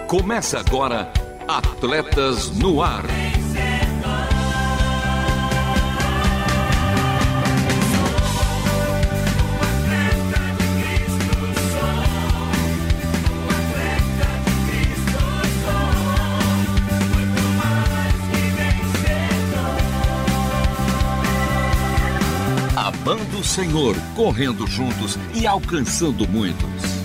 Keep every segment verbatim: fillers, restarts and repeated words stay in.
Começa agora Atletas no Ar. Amando o Senhor, correndo juntos e alcançando muitos.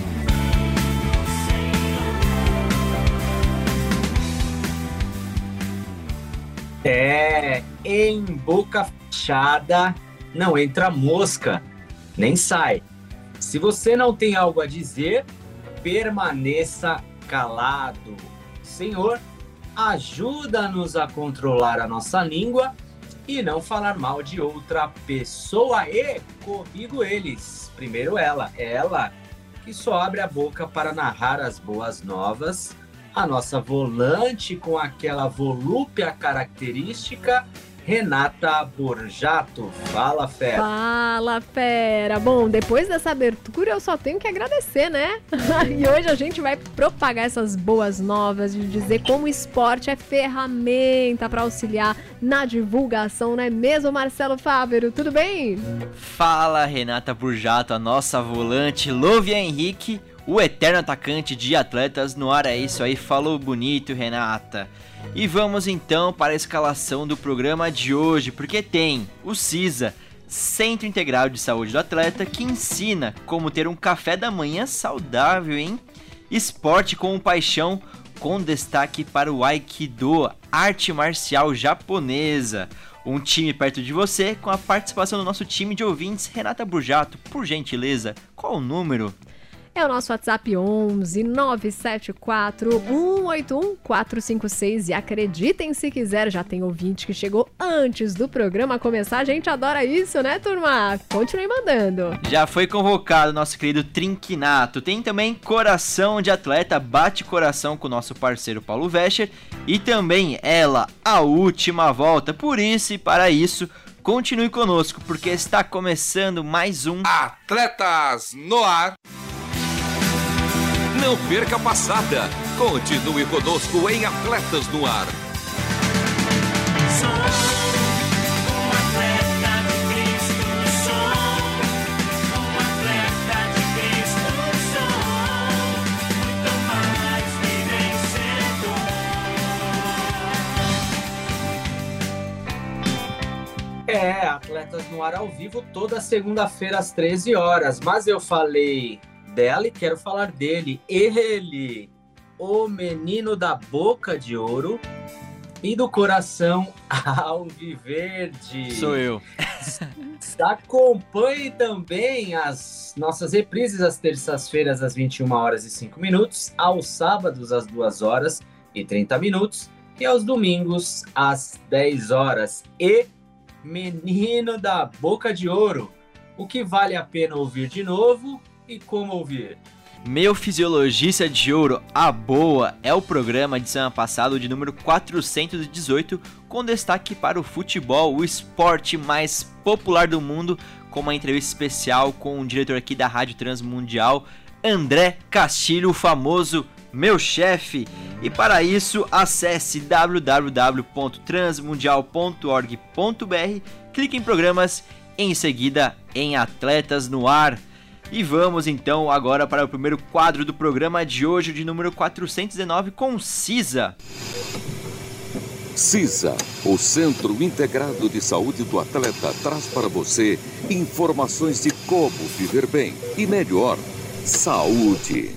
É, em boca fechada não entra mosca, nem sai. Se você não tem algo a dizer, permaneça calado. Senhor, ajuda-nos a controlar a nossa língua e não falar mal de outra pessoa. E comigo eles. Primeiro ela, ela que só abre a boca para narrar as boas novas. A nossa volante com aquela volúpia característica, Renata Borjato. Fala, fera. Fala, fera. Bom, depois dessa abertura eu só tenho que agradecer, né? E hoje a gente vai propagar essas boas novas de dizer como o esporte é ferramenta para auxiliar na divulgação, não é mesmo, Marcelo Fávero? Tudo bem? Fala, Renata Borjato, a nossa volante, Lovia Henrique, o eterno atacante de Atletas no Ar. É isso aí, falou bonito, Renata. E vamos então para a escalação do programa de hoje, porque tem o CISA, Centro Integral de Saúde do Atleta, que ensina como ter um café da manhã saudável, hein? Esporte com paixão, com destaque para o Aikido, arte marcial japonesa. Um time perto de você, com a participação do nosso time de ouvintes. Renata Borjato, por gentileza, qual o número? É o nosso WhatsApp onze nove sete quatro um oito um quatro cinco seis. E acreditem se quiser, já tem ouvinte que chegou antes do programa começar. A gente adora isso, né, turma? Continue mandando. Já foi convocado nosso querido Trinquinato. Tem também Coração de Atleta, bate coração com o nosso parceiro Paulo Vescher. E também ela, a última volta. Por isso e para isso, continue conosco, porque está começando mais um Atletas no Ar. Não perca a passada. Continue conosco em Atletas no Ar. Sou um atleta de Cristo, sou um atleta de Cristo, sou muito mais que vencedor. É, Atletas no Ar ao vivo toda segunda-feira às treze horas. Mas eu falei dela e quero falar dele. Ele, o menino da boca de ouro e do coração alviverde. Sou eu. Acompanhe também as nossas reprises às terças-feiras às vinte e uma horas e cinco minutos, aos sábados às duas horas e trinta minutos e aos domingos às dez horas. E menino da boca de ouro, o que vale a pena ouvir de novo e como ouvir? Meu Fisiologista de Ouro, a Boa, é o programa de semana passada de número quatrocentos e dezoito, com destaque para o futebol, o esporte mais popular do mundo, com uma entrevista especial com o diretor aqui da Rádio Transmundial, André Castilho, o famoso Meu Chefe. E para isso, acesse w w w ponto transmundial ponto org ponto b r, clique em programas, em seguida em Atletas no Ar. E vamos então agora para o primeiro quadro do programa de hoje, de número quatrocentos e dezenove, com CISA. CISA, o Centro Integrado de Saúde do Atleta, traz para você informações de como viver bem e melhor. Saúde.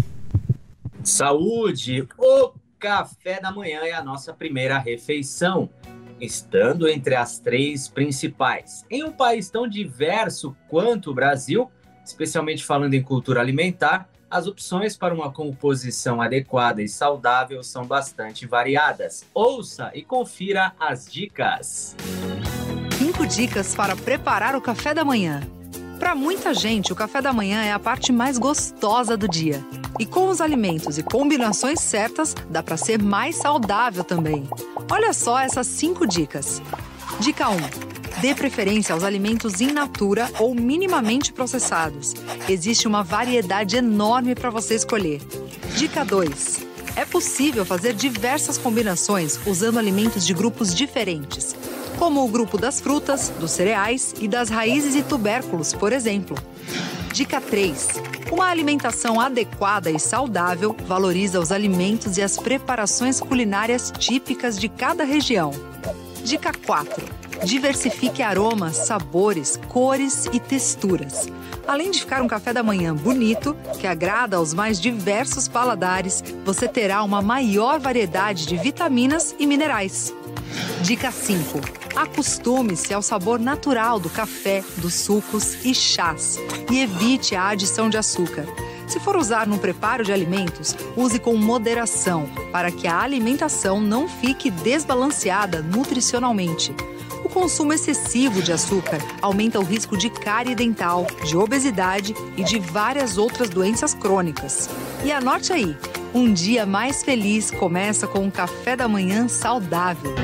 Saúde. O café da manhã é a nossa primeira refeição, estando entre as três principais. Em um país tão diverso quanto o Brasil, especialmente falando em cultura alimentar, as opções para uma composição adequada e saudável são bastante variadas. Ouça e confira as dicas. Cinco dicas para preparar o café da manhã. Para muita gente, o café da manhã é a parte mais gostosa do dia. E com os alimentos e combinações certas, dá para ser mais saudável também. Olha só essas cinco dicas. Dica um. Dê preferência aos alimentos in natura ou minimamente processados. Existe uma variedade enorme para você escolher. Dica dois. É possível fazer diversas combinações usando alimentos de grupos diferentes, como o grupo das frutas, dos cereais e das raízes e tubérculos, por exemplo. Dica três. Uma alimentação adequada e saudável valoriza os alimentos e as preparações culinárias típicas de cada região. Dica quatro. Diversifique aromas, sabores, cores e texturas. Além de ficar um café da manhã bonito, que agrada aos mais diversos paladares, você terá uma maior variedade de vitaminas e minerais. Dica cinco. Acostume-se ao sabor natural do café, dos sucos e chás e evite a adição de açúcar. Se for usar no preparo de alimentos, use com moderação para que a alimentação não fique desbalanceada nutricionalmente. O consumo excessivo de açúcar aumenta o risco de cárie dental, de obesidade e de várias outras doenças crônicas. E anote aí, um dia mais feliz começa com um café da manhã saudável.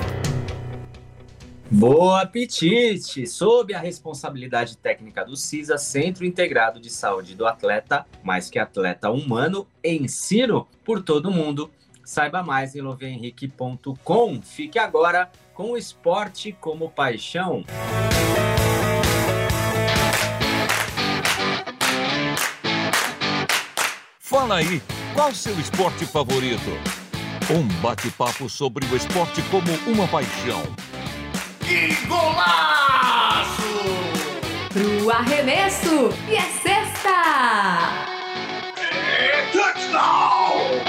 Bom apetite! Sob a responsabilidade técnica do CISA, Centro Integrado de Saúde do Atleta, mais que atleta humano, ensino por todo mundo. Saiba mais em lovia henrique ponto com. Fique agora com o esporte como paixão. Fala aí, qual o seu esporte favorito? Um bate-papo sobre o esporte como uma paixão. Que golaço! Pro arremesso e é sexta! Touchdown!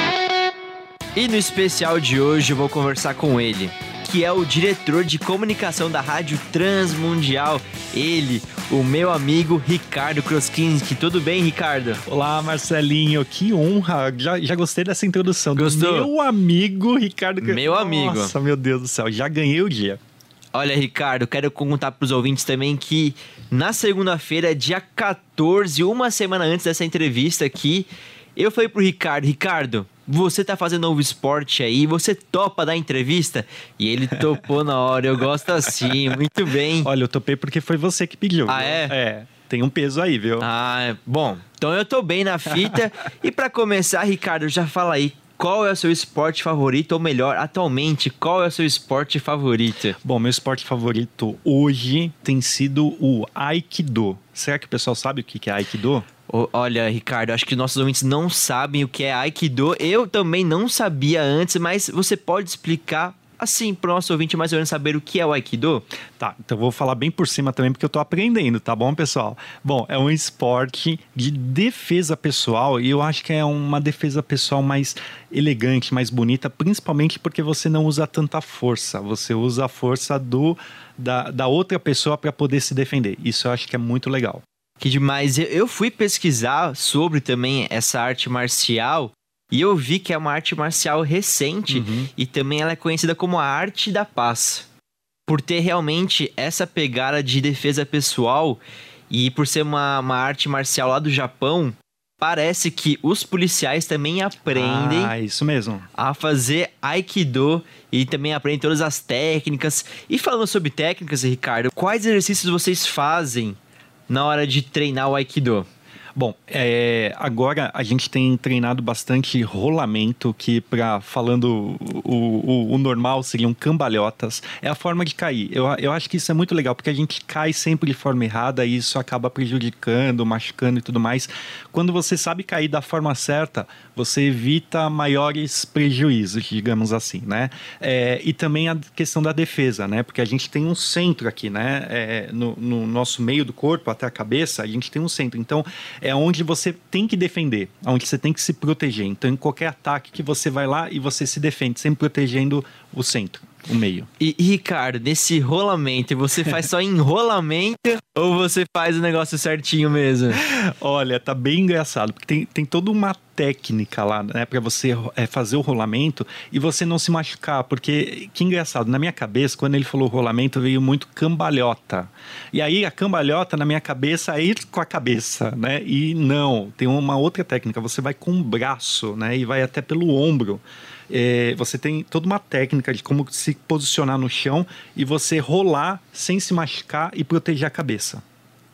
E no especial de hoje eu vou conversar com ele, que é o diretor de comunicação da Rádio Transmundial. Ele, o meu amigo Ricardo Kroskinski. Tudo bem, Ricardo? Olá, Marcelinho. Que honra. Já, já gostei dessa introdução. Gostou? Meu amigo Ricardo. Meu amigo. Nossa, meu Deus do céu. Já ganhei o dia. Olha, Ricardo, quero contar para os ouvintes também que na segunda-feira, dia quatorze, uma semana antes dessa entrevista aqui, eu falei pro Ricardo, Ricardo, você tá fazendo novo esporte aí, você topa dar entrevista? E ele topou na hora, eu gosto assim, muito bem. Olha, eu topei porque foi você que pediu. Ah, viu? é? É, tem um peso aí, viu? Ah, bom, então eu tô bem na fita. E para começar, Ricardo, já fala aí, qual é o seu esporte favorito, ou melhor, atualmente, qual é o seu esporte favorito? Bom, meu esporte favorito hoje tem sido o Aikido. Será que o pessoal sabe o que é Aikido? O- Olha, Ricardo, acho que nossos ouvintes não sabem o que é Aikido. Eu também não sabia antes, mas você pode explicar, assim, pro nosso ouvinte mais ou menos saber o que é o Aikido? Tá, então eu vou falar bem por cima também, porque eu tô aprendendo, tá bom, pessoal? Bom, é um esporte de defesa pessoal e eu acho que é uma defesa pessoal mais elegante, mais bonita, principalmente porque você não usa tanta força, você usa a força do, da, da outra pessoa para poder se defender. Isso eu acho que é muito legal. Que demais. Eu- Eu fui pesquisar sobre também essa arte marcial e eu vi que é uma arte marcial recente Uhum. e também ela é conhecida como a arte da paz. Por ter realmente essa pegada de defesa pessoal e por ser uma, uma arte marcial lá do Japão, parece que os policiais também aprendem Ah, isso mesmo. a fazer Aikido e também aprendem todas as técnicas. E falando sobre técnicas, Ricardo, quais exercícios vocês fazem na hora de treinar o Aikido? Bom, é, agora a gente tem treinado bastante rolamento, que para falando o, o, o normal seriam cambalhotas. É a forma de cair. Eu, eu acho que isso é muito legal, porque a gente cai sempre de forma errada e isso acaba prejudicando, machucando e tudo mais. Quando você sabe cair da forma certa, você evita maiores prejuízos, digamos assim, né? É, e também a questão da defesa, né? Porque a gente tem um centro aqui, né? É, no, no nosso meio do corpo, até a cabeça, a gente tem um centro. Então, é onde você tem que defender, onde você tem que se proteger. Então, em qualquer ataque que você vai lá e você se defende, sempre protegendo o centro, o meio. E, e, Ricardo, nesse rolamento, você faz só enrolamento ou você faz o negócio certinho mesmo? Olha, tá bem engraçado, porque tem, tem toda uma técnica lá, né, pra você é, fazer o rolamento e você não se machucar, porque, que engraçado, na minha cabeça, quando ele falou rolamento, veio muito cambalhota. E aí, a cambalhota, na minha cabeça, é ir com a cabeça, né, e não, tem uma outra técnica, você vai com o braço, né, e vai até pelo ombro. É, você tem toda uma técnica de como se posicionar no chão e você rolar sem se machucar e proteger a cabeça.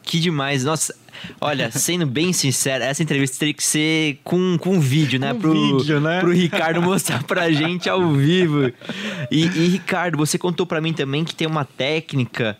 Que demais. Nossa, olha, sendo bem sincero, essa entrevista teria que ser com, com vídeo, né? Com pro, vídeo, né? Pro Ricardo mostrar pra gente ao vivo. E, e Ricardo, você contou pra mim também que tem uma técnica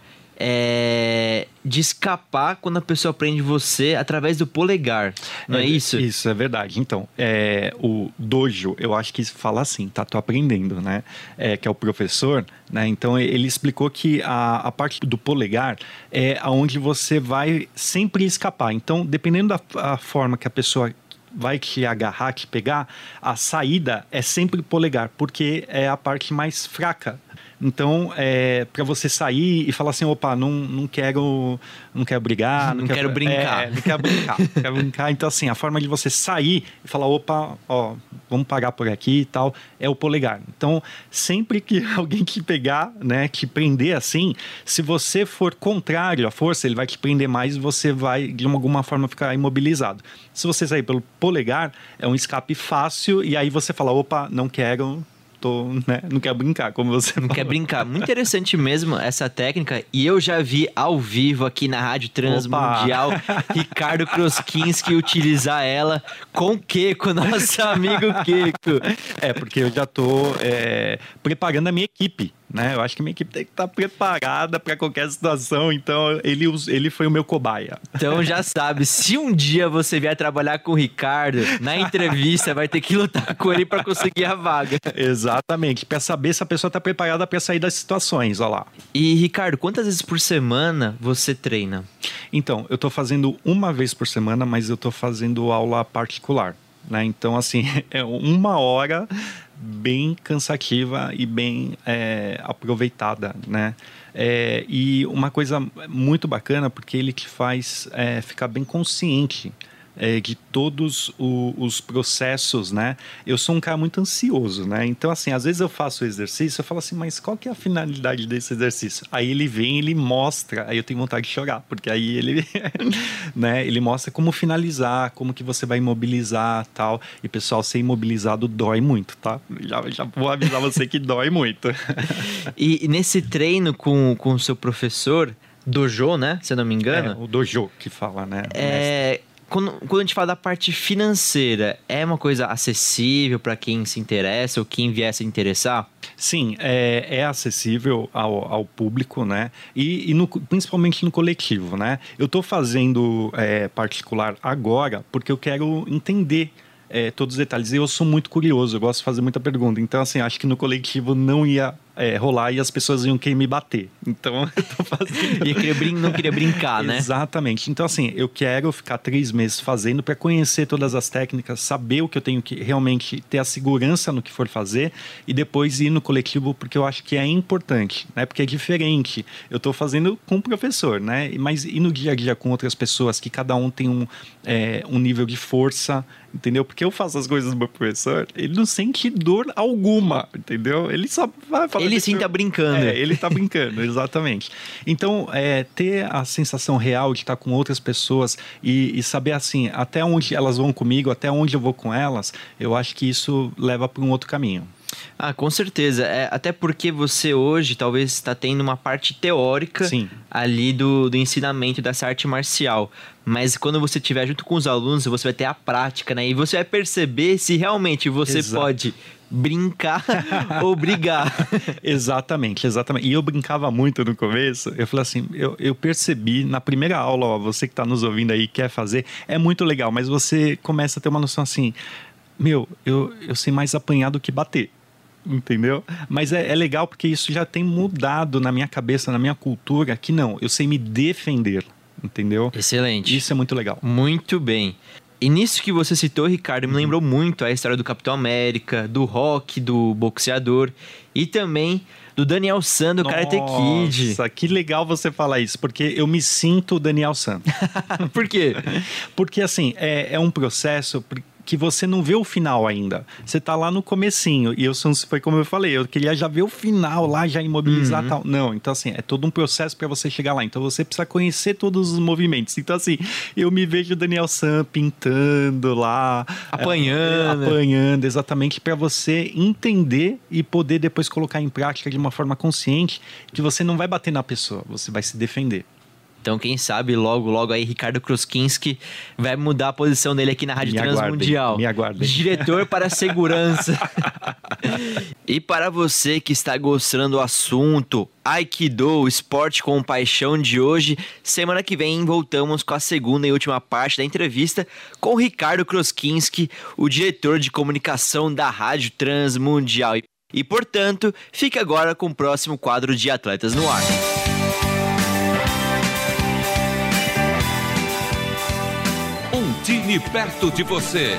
é, de escapar quando a pessoa prende você através do polegar, não é, é isso? Isso, é verdade. Então, é, o dojo, eu acho que fala assim, tá? Tô aprendendo, né? É, que é o professor, né? Então, ele explicou que a, a parte do polegar é aonde você vai sempre escapar. Então, dependendo da a forma que a pessoa vai te agarrar, te pegar, a saída é sempre polegar, porque é a parte mais fraca. Então, é, para você sair e falar assim, opa, não, não quero não quero brigar. Não, não quero, quero brincar. É, não quero brincar. quero brincar. Então, assim, a forma de você sair e falar, opa, ó, vamos parar por aqui e tal, é o polegar. Então, sempre que alguém te pegar, né, te prender assim, se você for contrário à força, ele vai te prender mais e você vai, de alguma forma, ficar imobilizado. Se você sair pelo polegar, é um escape fácil e aí você fala, opa, não quero... Tô, né? Não quer brincar, como você Não falou. quer brincar. Muito interessante mesmo essa técnica. E eu já vi ao vivo aqui na Rádio Transmundial Ricardo Kroskinski utilizar ela com o Keko, nosso amigo Keko. É, porque eu já tô é, preparando a minha equipe, né? Eu acho que minha equipe tem que estar preparada para qualquer situação. Então, ele, ele foi o meu cobaia. Então, já sabe, se um dia você vier trabalhar com o Ricardo, na entrevista vai ter que lutar com ele para conseguir a vaga. Exatamente, para saber se a pessoa está preparada para sair das situações, olha lá. E, Ricardo, quantas vezes por semana você treina? Então, eu tô fazendo uma vez por semana, mas eu tô fazendo aula particular, né? Então, assim, é uma hora bem cansativa e bem é, aproveitada, né? É, e uma coisa muito bacana, porque ele te faz é, ficar bem consciente É, de todos o, os processos, né? Eu sou um cara muito ansioso, né? Então, assim, às vezes eu faço o exercício, eu falo assim, mas qual que é a finalidade desse exercício? Aí ele vem, ele mostra, aí eu tenho vontade de chorar, porque aí ele, né? Ele mostra como finalizar, como que você vai imobilizar, tal. E, pessoal, ser imobilizado dói muito, tá? Já, já vou avisar você que dói muito. E, e nesse treino com, com o seu professor, dojo, né? Se eu não me engano. É, o dojo que fala, né? É... Quando, quando a gente fala da parte financeira, é uma coisa acessível para quem se interessa ou quem vier a se interessar? Sim, é, é acessível ao, ao público, né? E, e no, principalmente no coletivo, né? Eu estou fazendo é, particular agora porque eu quero entender É, todos os detalhes. Eu sou muito curioso, eu gosto de fazer muita pergunta. Então, assim, acho que no coletivo não ia é, rolar e as pessoas iam querer me bater. Então, eu tô fazendo... Ia querer brin- não queria brincar, né? Exatamente. Então, assim, eu quero ficar três meses fazendo para conhecer todas as técnicas, saber o que eu tenho que realmente ter a segurança no que for fazer e depois ir no coletivo, porque eu acho que é importante, né? Porque é diferente. Eu tô fazendo com o professor, né? Mas e no dia a dia com outras pessoas, que cada um tem um, é, um nível de força, entendeu? Porque eu faço as coisas do meu professor, ele não sente dor alguma, entendeu? Ele só vai falar... Ele sim tá brincando. É, ele tá brincando, exatamente. Então, é, ter a sensação real de estar com outras pessoas e, e saber, assim, até onde elas vão comigo, até onde eu vou com elas, eu acho que isso leva para um outro caminho. Ah, com certeza. É, até porque você hoje talvez está tendo uma parte teórica Sim. ali do, do ensinamento dessa arte marcial. Mas quando você estiver junto com os alunos, você vai ter a prática, né? E você vai perceber se realmente você Exato. pode brincar ou brigar. Exatamente, exatamente. E eu brincava muito no começo. Eu falei assim, eu, eu percebi na primeira aula, ó, você que está nos ouvindo aí, quer fazer, é muito legal, mas você começa a ter uma noção assim, meu, eu, eu sei mais apanhar do que bater. Entendeu? Mas é, é legal porque isso já tem mudado na minha cabeça, na minha cultura, que não, eu sei me defender, entendeu? Excelente. Isso é muito legal. Muito bem. E nisso que você citou, Ricardo, me lembrou muito a história do Capitão América, do Rock, do boxeador e também do Daniel San, do Karate Kid. Nossa, que legal você falar isso, porque eu me sinto o Daniel San. Por quê? Porque assim, é, é um processo que você não vê o final ainda. Você tá lá no comecinho. E eu foi como eu falei, eu queria já ver o final lá, já imobilizar e uhum. tal. Não, então assim, é todo um processo para você chegar lá. Então você precisa conhecer todos os movimentos. Então assim, eu me vejo o Daniel San pintando lá. Apanhando. É, apanhando, exatamente, para você entender e poder depois colocar em prática de uma forma consciente que você não vai bater na pessoa, você vai se defender. Então, quem sabe, logo, logo aí, Ricardo Kruskinski vai mudar a posição dele aqui na Rádio Me Transmundial. aguardem, me aguardem. Diretor para a segurança. E para você que está gostando do assunto Aikido, o esporte com paixão de hoje, semana que vem voltamos com a segunda e última parte da entrevista com Ricardo Kruskinski, o diretor de comunicação da Rádio Transmundial. E, portanto, fique agora com o próximo quadro de Atletas no Ar. Um time perto de você.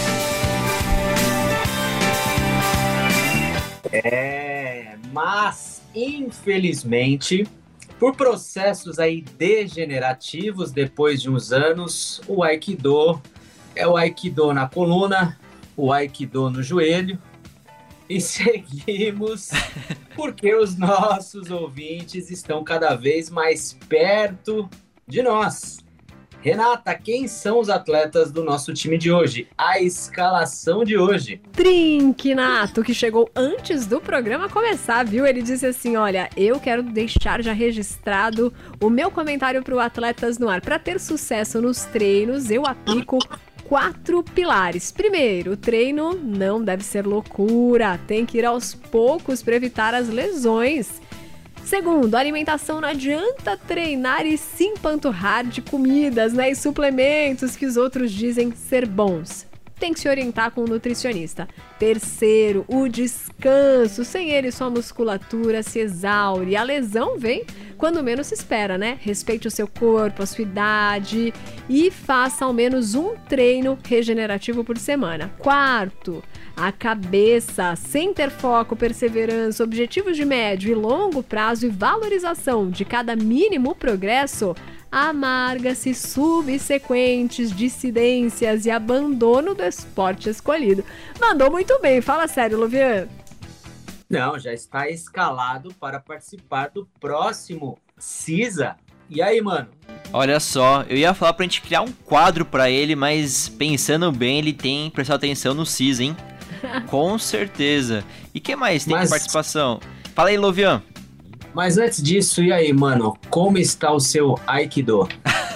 É, mas infelizmente, por processos aí degenerativos, depois de uns anos, o Aikido é o Aikido na coluna, o Aikido no joelho, e seguimos porque os nossos ouvintes estão cada vez mais perto de nós. Renata, quem são os atletas do nosso time de hoje? A escalação de hoje. Trinquinato, que chegou antes do programa começar, viu? Ele disse assim, olha, eu quero deixar já registrado o meu comentário para o Atletas no Ar. Para ter sucesso nos treinos, eu aplico quatro pilares. Primeiro, o treino não deve ser loucura, tem que ir aos poucos para evitar as lesões. Segundo, a alimentação não adianta treinar e se empanturrar de comidas, né, e suplementos que os outros dizem ser bons. Tem que se orientar com um nutricionista. Terceiro, o descanso. Sem ele, sua musculatura se exaure. A lesão vem quando menos se espera, né? Respeite o seu corpo, a sua idade e faça ao menos um treino regenerativo por semana. Quarto, a cabeça, sem ter foco, perseverança, objetivos de médio e longo prazo e valorização de cada mínimo progresso, amarga-se subsequentes dissidências e abandono do esporte escolhido. Mandou muito bem, fala sério, Luvian. Não, já está escalado para participar do próximo CISA. E aí, mano? Olha só, eu ia falar pra gente criar um quadro pra ele, mas pensando bem, ele tem que prestar atenção no CISA, hein? Com certeza. E que mais tem Mas... participação? Fala aí, Lovian. Mas antes disso, e aí, mano? Como está o seu Aikido?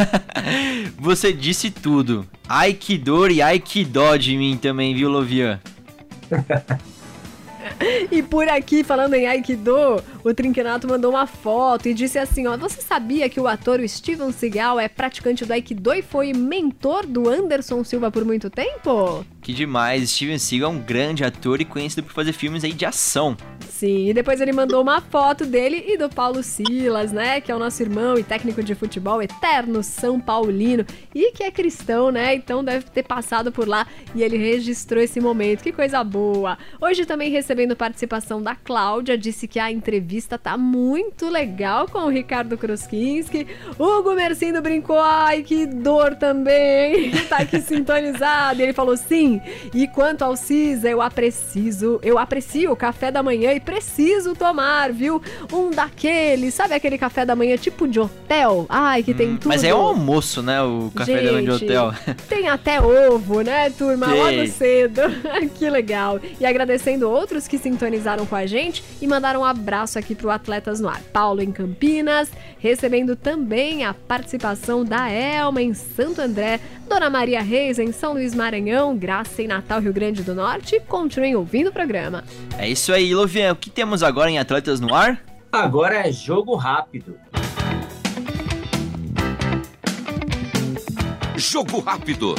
Você disse tudo. Aikido e Aikido de mim também, viu, Lovian? E por aqui, falando em Aikido, o Trinquinato mandou uma foto e disse assim, ó, você sabia que o ator Steven Seagal é praticante do Aikido e foi mentor do Anderson Silva por muito tempo? Que demais, Steven Seagal é um grande ator e conhecido por fazer filmes aí de ação. Sim, e depois ele mandou uma foto dele e do Paulo Silas, né, que é o nosso irmão e técnico de futebol eterno São Paulino e que é cristão, né, então deve ter passado por lá e ele registrou esse momento, que coisa boa. Hoje também recebendo participação da Cláudia, disse que a entrevista tá muito legal com o Ricardo Kruskinski. Hugo Mercindo brincou, ai que dor também, tá aqui sintonizado, e ele falou sim, e quanto ao Cisa, eu aprecio, eu aprecio o café da manhã e preciso tomar, viu? Um daqueles, sabe aquele café da manhã tipo de hotel? Ai, que tem hum, tudo. Mas é um almoço, né? O café Gente, da manhã de hotel. Tem até ovo, né, turma? Tem. Logo cedo. Que legal. E agradecendo outros que sintonizaram com a gente e mandaram um abraço aqui pro Atletas no Ar. Paulo em Campinas, recebendo também a participação da Elma em Santo André, Dona Maria Reis em São Luís Maranhão, Graça em Natal, Rio Grande do Norte. Continuem ouvindo o programa. É isso aí, Lovian. O que temos agora em Atletas no Ar? Agora é jogo rápido. Jogo rápido.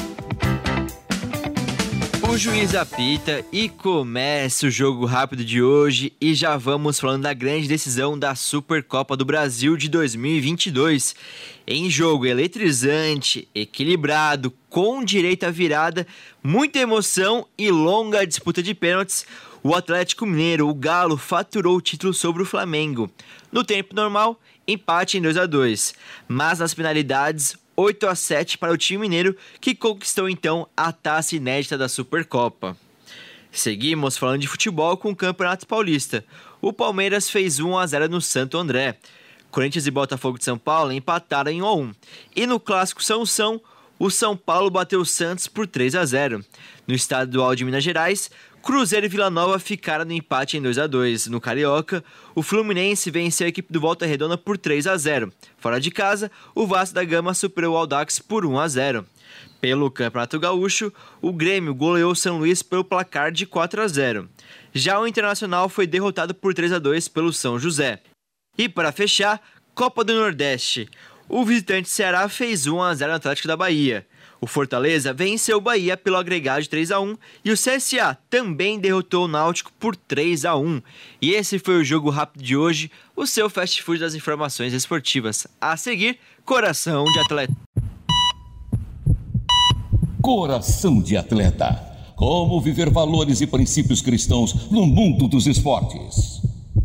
O juiz apita e começa o jogo rápido de hoje e já vamos falando da grande decisão da Supercopa do Brasil de dois mil e vinte e dois. Em jogo eletrizante, equilibrado, com direito à virada, muita emoção e longa disputa de pênaltis, o Atlético Mineiro, o Galo, faturou o título sobre o Flamengo. No tempo normal, empate em dois a dois, mas nas penalidades, oito a sete para o time mineiro, que conquistou então a taça inédita da Supercopa. Seguimos falando de futebol com o Campeonato Paulista. O Palmeiras fez um a zero no Santo André. Corinthians e Botafogo de São Paulo empataram em um a um. E no Clássico São São, o São Paulo bateu o Santos por três a zero. No estadual de Minas Gerais, Cruzeiro e Vila Nova ficaram no empate em dois a dois. No Carioca, o Fluminense venceu a equipe do Volta Redonda por três a zero. Fora de casa, o Vasco da Gama superou o Audax por um a zero. Pelo Campeonato Gaúcho, o Grêmio goleou o São Luís pelo placar de quatro a zero. Já o Internacional foi derrotado por três a dois pelo São José. E para fechar, Copa do Nordeste. O visitante Ceará fez um a zero no Atlético da Bahia. O Fortaleza venceu o Bahia pelo agregado de três a um e o C S A também derrotou o Náutico por três a um. E esse foi o Jogo Rápido de hoje, o seu fast food das informações esportivas. A seguir, Coração de Atleta. Coração de Atleta. Como viver valores e princípios cristãos no mundo dos esportes.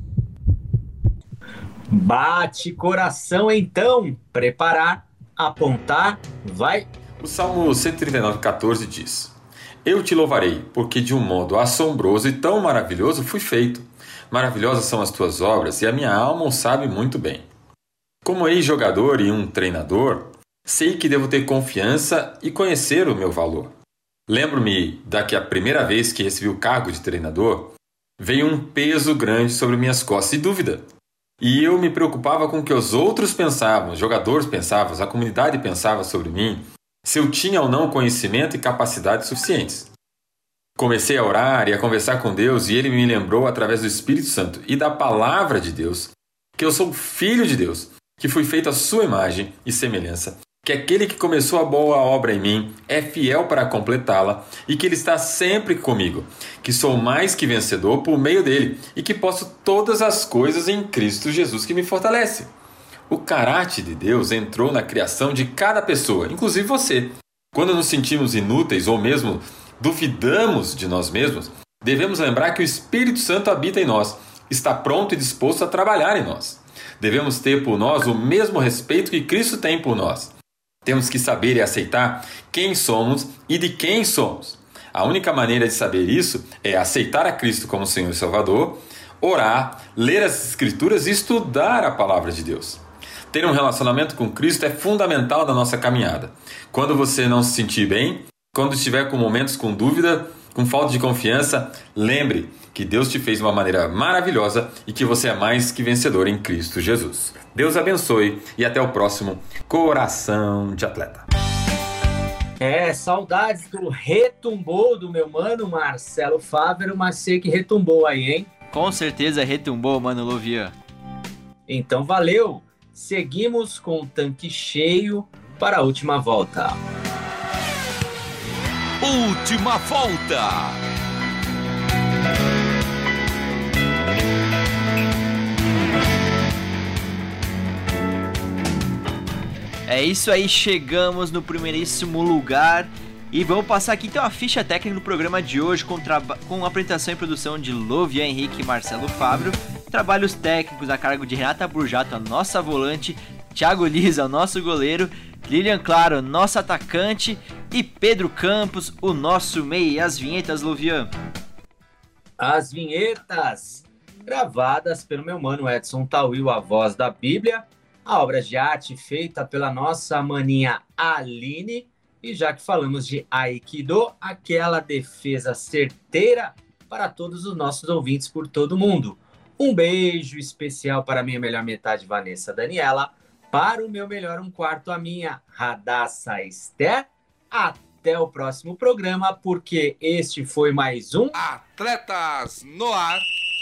Bate coração então. Preparar, apontar, vai. O Salmo cento e trinta e nove, quatorze diz: Eu te louvarei, porque de um modo assombroso e tão maravilhoso fui feito. Maravilhosas são as tuas obras, e a minha alma o sabe muito bem. Como ex-jogador e um treinador, sei que devo ter confiança e conhecer o meu valor. Lembro-me da que a primeira vez que recebi o cargo de treinador, veio um peso grande sobre minhas costas e dúvida. E eu me preocupava com o que os outros pensavam, os jogadores pensavam, a comunidade pensava sobre mim, se eu tinha ou não conhecimento e capacidade suficientes. Comecei a orar e a conversar com Deus, e Ele me lembrou através do Espírito Santo e da Palavra de Deus que eu sou filho de Deus, que fui feito à sua imagem e semelhança, que aquele que começou a boa obra em mim é fiel para completá-la e que Ele está sempre comigo, que sou mais que vencedor por meio dEle e que posso todas as coisas em Cristo Jesus que me fortalece. O caráter de Deus entrou na criação de cada pessoa, inclusive você. Quando nos sentimos inúteis ou mesmo duvidamos de nós mesmos, devemos lembrar que o Espírito Santo habita em nós, está pronto e disposto a trabalhar em nós. Devemos ter por nós o mesmo respeito que Cristo tem por nós. Temos que saber e aceitar quem somos e de quem somos. A única maneira de saber isso é aceitar a Cristo como Senhor e Salvador, orar, ler as Escrituras e estudar a Palavra de Deus. Ter um relacionamento com Cristo é fundamental na nossa caminhada. Quando você não se sentir bem, quando estiver com momentos com dúvida, com falta de confiança, lembre que Deus te fez de uma maneira maravilhosa e que você é mais que vencedor em Cristo Jesus. Deus abençoe e até o próximo Coração de Atleta. É, saudades do retumbou do meu mano Marcelo Fávero, mas sei que retumbou aí, hein? Com certeza retumbou, mano Louvian. Então valeu! Seguimos com o tanque cheio para a última volta. Última volta! É isso aí, chegamos no primeiríssimo lugar e vamos passar aqui então a ficha técnica do programa de hoje com, traba- com apresentação e produção de Louvian Henrique e Marcelo Fávero, trabalhos técnicos a cargo de Renata Burjato, a nossa volante, Thiago Lisa, o nosso goleiro, Lilian Claro, nosso atacante e Pedro Campos, o nosso meia. E as vinhetas, Louvian? As vinhetas gravadas pelo meu mano Edson Tauil, a voz da Bíblia, a obra de arte feita pela nossa maninha Aline, e já que falamos de Aikido, aquela defesa certeira para todos os nossos ouvintes por todo o mundo. Um beijo especial para a minha melhor metade, Vanessa Daniela, para o meu melhor um quarto, a minha Radassa Esther. Até o próximo programa, porque este foi mais um Atletas no Ar.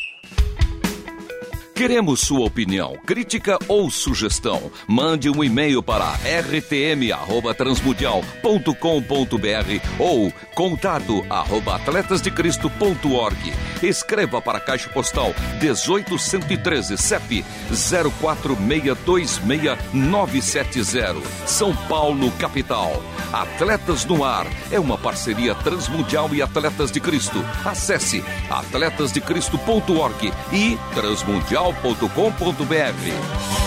Queremos sua opinião, crítica ou sugestão. Mande um e-mail para r t m arroba transmundial ponto com ponto b r ou contato arroba atletas de cristo ponto org. Escreva para a Caixa Postal dezoito cento e treze, C E P zero quatro seis dois seis nove sete zero, São Paulo, capital. Atletas no Ar é uma parceria Transmundial e Atletas de Cristo. Acesse atletas de cristo ponto org e transmundial ponto com ponto b r.